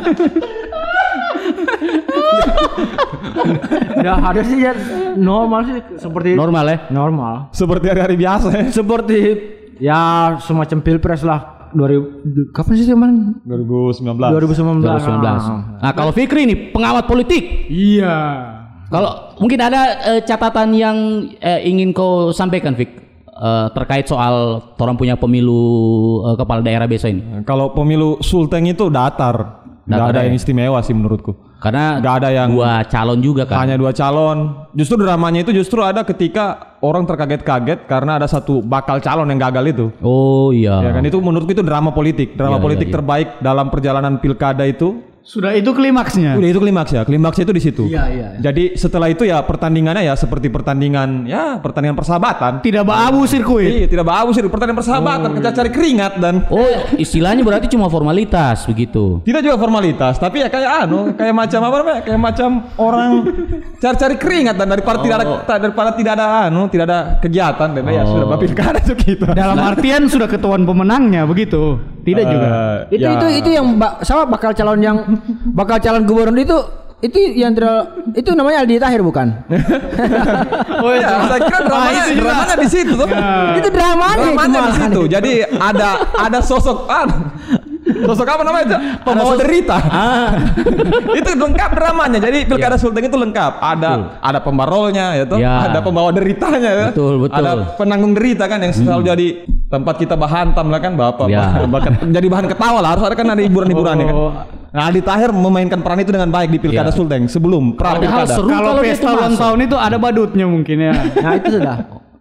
Speaker 5: Nggak ada sih ya, normal sih seperti
Speaker 3: Normal ya?
Speaker 5: normal.
Speaker 6: Seperti hari-hari biasa ya.
Speaker 5: Seperti ya semacam pilpres lah. dua ribu kapan sih teman?
Speaker 6: dua ribu sembilan belas.
Speaker 5: dua ribu sembilan belas.
Speaker 3: dua ribu sembilan belas. Nah, kalau Fikri nih pengamat politik.
Speaker 4: Iya.
Speaker 3: Kalau mungkin ada eh, catatan yang eh, ingin kau sampaikan, Fik, eh, terkait soal orang punya pemilu eh, kepala daerah besok ini.
Speaker 6: Kalau pemilu Sulteng itu datar. Nggak
Speaker 3: Datar
Speaker 6: ada
Speaker 3: ya?
Speaker 6: yang istimewa sih menurutku.
Speaker 3: Karena
Speaker 6: Nggak ada yang-
Speaker 3: dua calon juga kan.
Speaker 6: Hanya dua calon. Justru dramanya itu justru ada ketika orang terkaget-kaget karena ada satu bakal calon yang gagal itu.
Speaker 3: Oh iya.
Speaker 6: Ya kan itu menurutku itu drama politik. Drama
Speaker 3: Iya,
Speaker 6: politik
Speaker 3: iya, iya.
Speaker 6: terbaik dalam perjalanan pilkada itu.
Speaker 4: Sudah itu klimaksnya.
Speaker 6: Udah itu klimaks ya. Klimaksnya itu di situ.
Speaker 4: Iya, iya.
Speaker 6: Jadi setelah itu ya pertandingannya ya seperti pertandingan ya pertandingan persahabatan.
Speaker 4: Tidak berabu sirkuit.
Speaker 6: Iya, tidak bagus sih pertandingan persahabatan, kita cari keringat dan
Speaker 3: Oh, istilahnya berarti cuma formalitas begitu.
Speaker 6: tidak juga formalitas, tapi ya kayak anu, kayak macam apa namanya? Kayak macam orang cari-cari keringat dan daripada tidak ada ta- daripada tidak ada anu, tidak ada kegiatan dan ya sudah bapak pilkada itu gitu.
Speaker 4: Dalam artian sudah ketahuan pemenangnya begitu. Tidak juga.
Speaker 6: Eh,
Speaker 5: Itu
Speaker 6: ya.
Speaker 5: itu itu yang ba- sama bakal calon yang bakal calon gubernur itu itu yang tidak itu namanya Aldi Tahir bukan?
Speaker 6: Oh ya, saya kira dramanya, dramanya di situ tuh.
Speaker 5: Itu dramanya itu
Speaker 6: Dramanya di
Speaker 5: malahan.
Speaker 6: situ. Jadi ada ada sosok anu, sosok apa namanya? Cak? Pembawa derita. Itu lengkap dramanya. Jadi pilkada Sulteng itu lengkap. Ada ada pembarolnya ya tuh.
Speaker 3: Ya.
Speaker 6: Ada pembawa deritanya ya.
Speaker 3: Betul, betul.
Speaker 6: Ada penanggung derita kan yang selalu jadi tempat kita bahantam lah kan Bapak.
Speaker 3: Ya.
Speaker 6: Bahkan jadi bahan ketawa lah. Harus ada kan ada hiburan-hiburannya kan.
Speaker 4: Oh,
Speaker 6: Nah, Aldi Tahir memainkan peran itu dengan baik di Pilkada
Speaker 3: Iya.
Speaker 6: Sulteng sebelum pra
Speaker 3: Padahal
Speaker 6: pilkada.
Speaker 3: seru
Speaker 4: Kalau
Speaker 3: kalau dia
Speaker 4: pesta
Speaker 3: tuh
Speaker 4: ulang
Speaker 3: masuk.
Speaker 4: tahun itu ada badutnya mungkin ya.
Speaker 5: Nah itu sudah.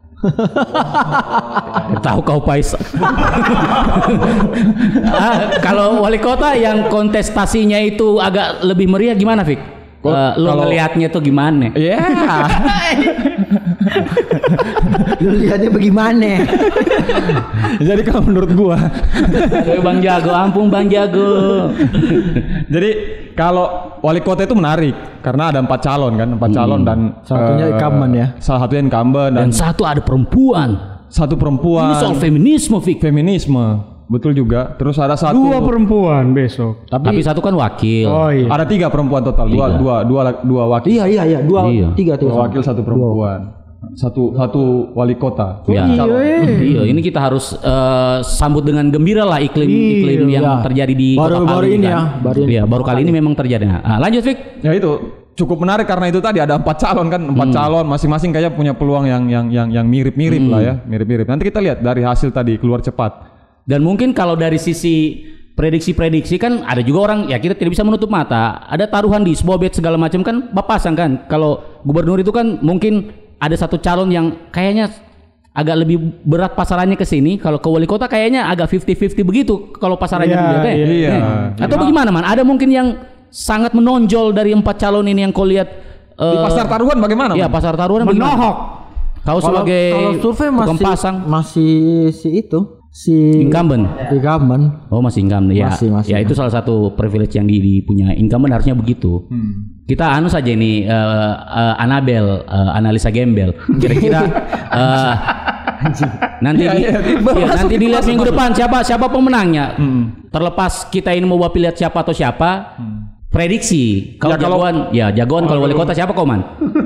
Speaker 3: Tahu kau Pais. Ah, kalau wali kota yang kontestasinya itu agak lebih meriah gimana, Fik?
Speaker 6: Kok-
Speaker 3: Eh, lo
Speaker 6: kalau-
Speaker 3: ngelihatnya tuh gimana?
Speaker 6: Iya.
Speaker 5: Lu lihatnya bagaimana?
Speaker 6: Jadi kalau menurut gua,
Speaker 3: Aduh, Bang Jago, ampun Bang Jago.
Speaker 6: jadi kalau wali kota itu menarik karena ada empat calon kan, empat calon dan
Speaker 5: Satunya
Speaker 6: eh,
Speaker 5: incumbent ya.
Speaker 6: Salah satunya incumbent dan,
Speaker 3: Dan satu ada perempuan.
Speaker 6: satu perempuan.
Speaker 3: Ini soal feminisme, Fik.
Speaker 6: feminisme, betul juga. Terus ada satu.
Speaker 4: Dua perempuan besok.
Speaker 3: Tapi, satu kan wakil.
Speaker 4: Oh iya.
Speaker 6: Ada tiga perempuan total, dua
Speaker 3: Tiga.
Speaker 6: dua dua dua wakil,
Speaker 5: Iya iya iya dua
Speaker 3: Iya.
Speaker 5: tiga tiga.
Speaker 6: dua wakil satu perempuan, satu satu wali kota.
Speaker 3: Ya.
Speaker 6: Calon.
Speaker 3: Iya, ini kita harus eh, sambut dengan gembira lah iklim iklim yang
Speaker 5: Iya.
Speaker 3: terjadi di
Speaker 5: Baru-
Speaker 3: kota Palu
Speaker 5: baru ini
Speaker 3: kan.
Speaker 5: ya, baru ini.
Speaker 3: Iya, baru kali ini memang terjadi. Nah, lanjut Fik.
Speaker 6: Ya itu cukup menarik karena itu tadi ada empat calon kan, empat calon masing-masing kayaknya punya peluang yang yang yang yang mirip-mirip lah ya, mirip-mirip. Nanti kita lihat dari hasil tadi keluar cepat.
Speaker 3: Dan mungkin kalau dari sisi prediksi-prediksi kan ada juga orang ya kita tidak bisa menutup mata. Ada taruhan di sebuah bet segala macam kan bapasang kan. Kalau gubernur itu kan mungkin ada satu calon yang kayaknya agak lebih berat pasarannya ke sini. Kalau ke wali kota kayaknya agak lima puluh lima puluh begitu kalau pasarannya
Speaker 4: Iya,
Speaker 3: dilihat, eh.
Speaker 4: iya,
Speaker 6: iya.
Speaker 3: Eh. Atau bagaimana man? Ada mungkin yang sangat menonjol dari empat calon ini yang kau lihat
Speaker 6: Di
Speaker 3: eh,
Speaker 6: pasar taruhan bagaimana?
Speaker 3: Iya,
Speaker 6: Man?
Speaker 3: pasar taruhan bagaimana?
Speaker 4: Menohok.
Speaker 3: Kau sebagai
Speaker 5: kalau survei
Speaker 3: tukang
Speaker 5: masih
Speaker 3: pasang
Speaker 5: masih si itu si
Speaker 3: incumbent.
Speaker 5: incumbent.
Speaker 3: Oh masih incumbent ya.
Speaker 5: Masih, masih.
Speaker 3: Ya itu salah satu privilege yang di, dipunya incumbent harusnya begitu. Kita anu saja nih eh, eh, Anabel, eh, analisa gembel. Kira-kira eh, nanti di,
Speaker 6: Iya, iya.
Speaker 3: iya, nanti dilihat minggu depan siapa siapa pemenangnya. Terlepas kita ini mau pilih siapa atau siapa. Prediksi. Kalau
Speaker 6: Ya, kalau-
Speaker 3: jagoan, ya jagoan kalau wali kota siapa kau man?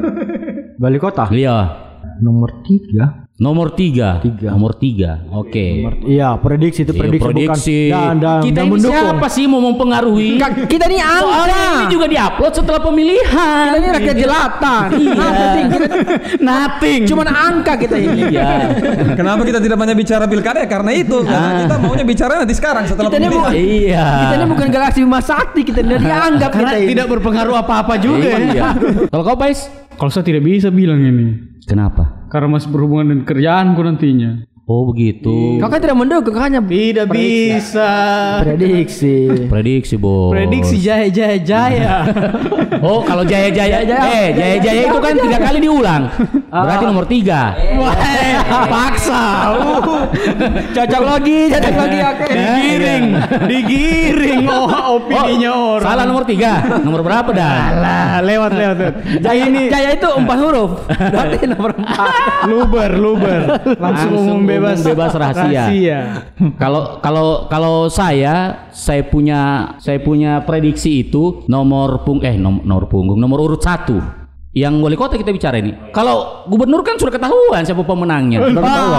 Speaker 5: Wali kota
Speaker 3: Iya.
Speaker 5: nomor tiga.
Speaker 3: Nomor tiga.
Speaker 5: Tiga.
Speaker 3: Nomor tiga. Oke.
Speaker 5: Iya prediksi itu
Speaker 3: Iya,
Speaker 5: prediksi,
Speaker 3: prediksi.
Speaker 5: bukan. Dan, dan,
Speaker 3: Kita
Speaker 5: dan
Speaker 3: ini
Speaker 5: mendukung.
Speaker 3: siapa sih mau mempengaruhi?
Speaker 5: Ka- Kita ini
Speaker 3: Soalnya ini
Speaker 5: angka.
Speaker 3: juga diupload setelah pemilihan.
Speaker 5: Kita ini rakyat jelata.
Speaker 3: Iya.
Speaker 5: Nothing. Kita
Speaker 4: Nothing.
Speaker 5: cuman angka kita ini.
Speaker 3: Iya.
Speaker 6: Kenapa kita tidak banyak bicara pilkada ya? Karena itu, karena kita maunya bicara nanti sekarang setelah
Speaker 5: Kita ini
Speaker 6: pemilihan.
Speaker 5: bukan-
Speaker 3: Iya.
Speaker 5: Kita ini bukan galaksi Bima Sakti. Kita ini dianggap
Speaker 4: Karena
Speaker 5: kita ini.
Speaker 4: tidak berpengaruh apa-apa juga ya.
Speaker 3: Iya. Kalau kau Pais?
Speaker 4: Kalau saya tidak bisa bilang ini.
Speaker 3: Kenapa?
Speaker 4: Karena masih berhubungan dengan kerjaanku nantinya.
Speaker 3: Oh begitu.
Speaker 5: Kau kan tidak mendukung, kau hanya
Speaker 4: Tidak bisa.
Speaker 5: prediksi.
Speaker 3: Prediksi bos.
Speaker 4: Prediksi jaya jaya jaya.
Speaker 3: Oh kalau jaya jaya, eh jaya jaya itu kan tiga kali diulang. Berarti nomor tiga.
Speaker 4: Wah, paksa. Uh.
Speaker 5: Cocok lagi, cocok lagi oke.
Speaker 4: Digiring, digiring oh opininya
Speaker 3: Oh,
Speaker 4: orang.
Speaker 3: salah nomor tiga. Nomor berapa dah?
Speaker 4: Alah, lewat lewat. lewat.
Speaker 5: Jaya ini Jaya itu empat huruf. Berarti nomor empat.
Speaker 4: Luber, luber. Langsung,
Speaker 3: Langsung
Speaker 4: umum bebas.
Speaker 3: umum bebas rahasia. Kalau kalau kalau saya saya punya saya punya prediksi itu nomor pung eh nom, nomor punggung nomor urut satu. Yang wali kota kita bicara ini. Kalau gubernur kan sudah ketahuan siapa pemenangnya.
Speaker 6: Sudah ketahuan.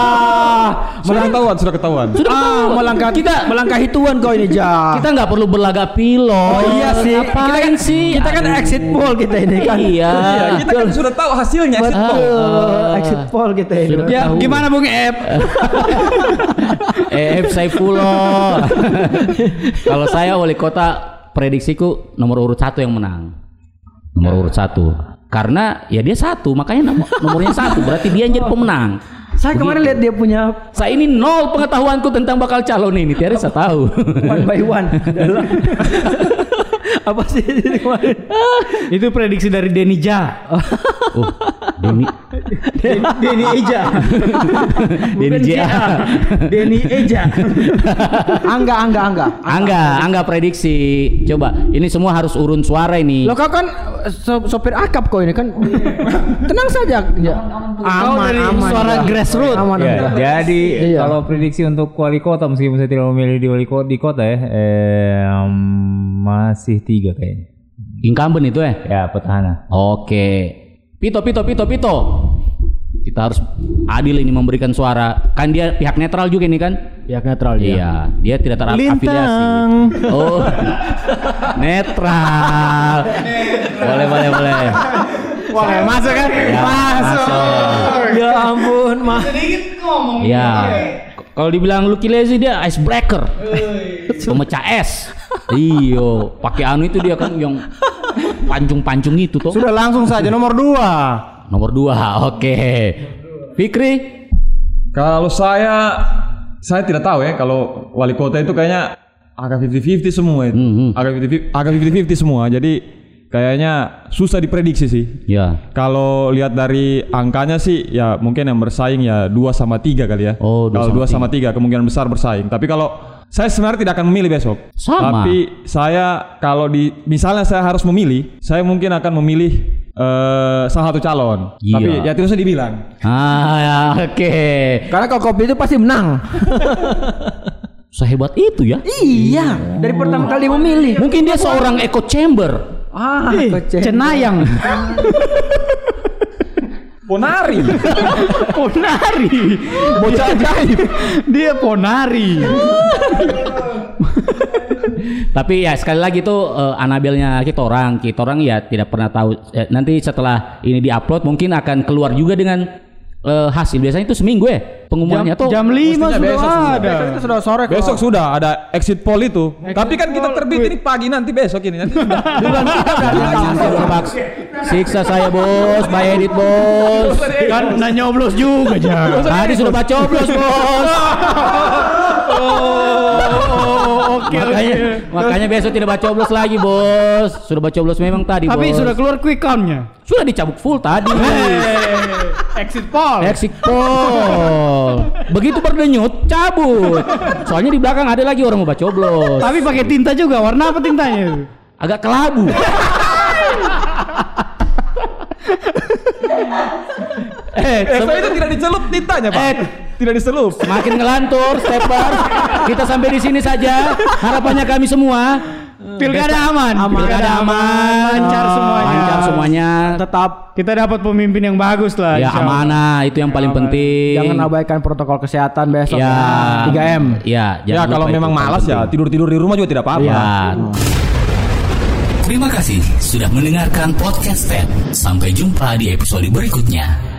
Speaker 6: Sudah ketahuan, sudah ketahuan.
Speaker 3: Sudah
Speaker 5: Ah,
Speaker 3: ketahuan.
Speaker 5: melangkah
Speaker 3: kita
Speaker 5: melangkah hituan kau ini Ja.
Speaker 3: kita nggak perlu berlagak pilot.
Speaker 5: Oh iya sih. Kita
Speaker 3: Ngapain
Speaker 5: kan
Speaker 3: sih?
Speaker 5: Kita kan
Speaker 3: Aduh.
Speaker 5: exit poll kita ini kan.
Speaker 3: Iya.
Speaker 6: Iya, kita kan sudah tahu hasilnya exit poll.
Speaker 5: Betul. Exit poll kita ini.
Speaker 3: Sudah
Speaker 4: Ya,
Speaker 3: tahu.
Speaker 4: gimana Bung Ep?
Speaker 3: Eh, Saifullah. Kalau saya wali kota prediksiku nomor urut satu yang menang. Nomor urut satu. Karena ya dia satu, makanya nom- nomornya satu. Berarti dia yang jadi pemenang.
Speaker 5: Saya kemarin lihat dia punya
Speaker 3: Saya ini nol pengetahuanku tentang bakal calon ini. Tiara saya tahu.
Speaker 5: one by one. Apa sih ini kemarin?
Speaker 4: Itu prediksi dari Denny Ja.
Speaker 3: Oh, Denny.
Speaker 4: Denny Eja.
Speaker 3: Denny J A.
Speaker 4: Denny Eja.
Speaker 5: Angga, angga, angga.
Speaker 3: Angga, Angga prediksi. Coba, ini semua harus urun suara ini.
Speaker 5: Lo kau kan so- sopir akap kau ini kan. Tenang saja. Ya.
Speaker 4: Kau dari suara
Speaker 5: ya.
Speaker 4: grassroots.
Speaker 5: Aman,
Speaker 7: Ya,
Speaker 5: aman.
Speaker 7: jadi
Speaker 5: Iya.
Speaker 7: kalau prediksi untuk wali kota meskipun saya tidak memilih di wali kota, di kota ya, eh, masih tiga kayaknya.
Speaker 3: Incumbent itu eh.
Speaker 7: Ya petahana.
Speaker 3: Oke. Pito, Pito, Pito, Pito. Kita harus adil ini memberikan suara. Kan dia pihak netral juga ini kan?
Speaker 5: Pihak netral dia.
Speaker 3: Iya, dia tidak terafiliasi.
Speaker 4: Lintang.
Speaker 3: Oh, netral. Boleh, boleh, boleh.
Speaker 4: Wah, masuk kan?
Speaker 3: Ya, masuk.
Speaker 5: Ya ampun, mah.
Speaker 3: Ya. Kalau dibilang Lucky Lazy dia icebreaker. Pemecah es. Iyo, pakai anu itu dia kan yang pancung-pancung itu toh.
Speaker 5: Sudah langsung saja nomor dua.
Speaker 3: Nomor dua, oke. Fikri?
Speaker 6: Kalau saya, saya tidak tahu ya. Kalau wali kota itu kayaknya agak fifty fifty semua itu.
Speaker 3: Mm-hmm.
Speaker 6: Agak fifty agak fifty fifty semua. Jadi kayaknya susah diprediksi sih.
Speaker 3: Ya.
Speaker 6: Kalau lihat dari angkanya sih, ya mungkin yang bersaing ya dua sama tiga kali ya.
Speaker 3: Oh,
Speaker 6: kalau dua sama tiga kemungkinan besar bersaing. Tapi kalau saya sebenarnya tidak akan memilih besok.
Speaker 3: Sama.
Speaker 6: Tapi saya kalau di misalnya saya harus memilih, saya mungkin akan memilih uh, salah satu calon.
Speaker 3: Iya.
Speaker 6: Tapi ya tidak usah dibilang.
Speaker 3: Ah, ya, oke.
Speaker 5: Karena kalau kopi itu pasti menang.
Speaker 3: Sehebat itu ya?
Speaker 5: Iya, dari pertama kali memilih.
Speaker 3: Mungkin dia seorang echo chamber.
Speaker 5: Ah,
Speaker 4: Eh, Cenayang.
Speaker 6: Ponari.
Speaker 4: Ponari.
Speaker 6: Bocah ajaib.
Speaker 4: Dia ponari.
Speaker 3: Tapi ya sekali lagi tuh uh, Anabelnya kita orang, kita orang ya tidak pernah tahu. Eh, nanti setelah ini diupload mungkin akan keluar juga dengan uh, hasil. Biasanya itu seminggu ya pengumumannya
Speaker 4: Jam,
Speaker 3: tuh.
Speaker 4: jam lima
Speaker 6: Mestinya
Speaker 4: sudah
Speaker 6: besok
Speaker 4: ada.
Speaker 5: Besok itu sudah sore kok.
Speaker 6: Besok sudah ada exit poll itu. Tapi kan kita terbit ini pagi nanti besok ini nanti sudah.
Speaker 3: Nanti dong, Pak. Siksa saya bos, by edit bos.
Speaker 4: Kan udah nyoblos juga aja.
Speaker 3: Tadi sudah baca coblos bos.
Speaker 4: Oh, oke
Speaker 3: makanya,
Speaker 4: oke.
Speaker 3: makanya besok tidak baca coblos lagi bos. Sudah baca coblos memang tadi
Speaker 4: Tapi
Speaker 3: bos.
Speaker 4: sudah keluar quick count-nya.
Speaker 3: Sudah dicabut full tadi.
Speaker 4: Exit poll.
Speaker 3: Exit poll. Begitu berdenyut, cabut. Soalnya di belakang ada lagi orang mau baca coblos.
Speaker 4: Tapi pakai tinta juga. Warna apa tintanya?
Speaker 3: Agak kelabu. eh,
Speaker 6: Eh, saya itu tidak dicelup tintanya, Pak.
Speaker 3: Eh,
Speaker 6: tidak dicelup.
Speaker 3: Semakin ngelantur, stepper. Kita sampai di sini saja. Harapannya kami semua.
Speaker 4: Pilkada aman.
Speaker 3: Pilkada aman.
Speaker 4: Lancar semuanya.
Speaker 3: Lancar semuanya.
Speaker 4: Tetap kita dapat pemimpin yang bagus lah.
Speaker 3: Ya
Speaker 4: insya Allah.
Speaker 3: amanah itu yang paling penting.
Speaker 5: Jangan abaikan protokol kesehatan besok.
Speaker 3: Ya.
Speaker 5: tiga M.
Speaker 3: Ya,
Speaker 6: Ya
Speaker 3: jangan
Speaker 6: kalau
Speaker 3: lupa
Speaker 6: memang
Speaker 3: itu
Speaker 6: malas
Speaker 3: paling
Speaker 6: ya
Speaker 3: penting.
Speaker 6: tidur-tidur di rumah juga tidak apa-apa.
Speaker 3: Ya.
Speaker 1: Terima kasih sudah mendengarkan podcast Step. Sampai jumpa di episode berikutnya.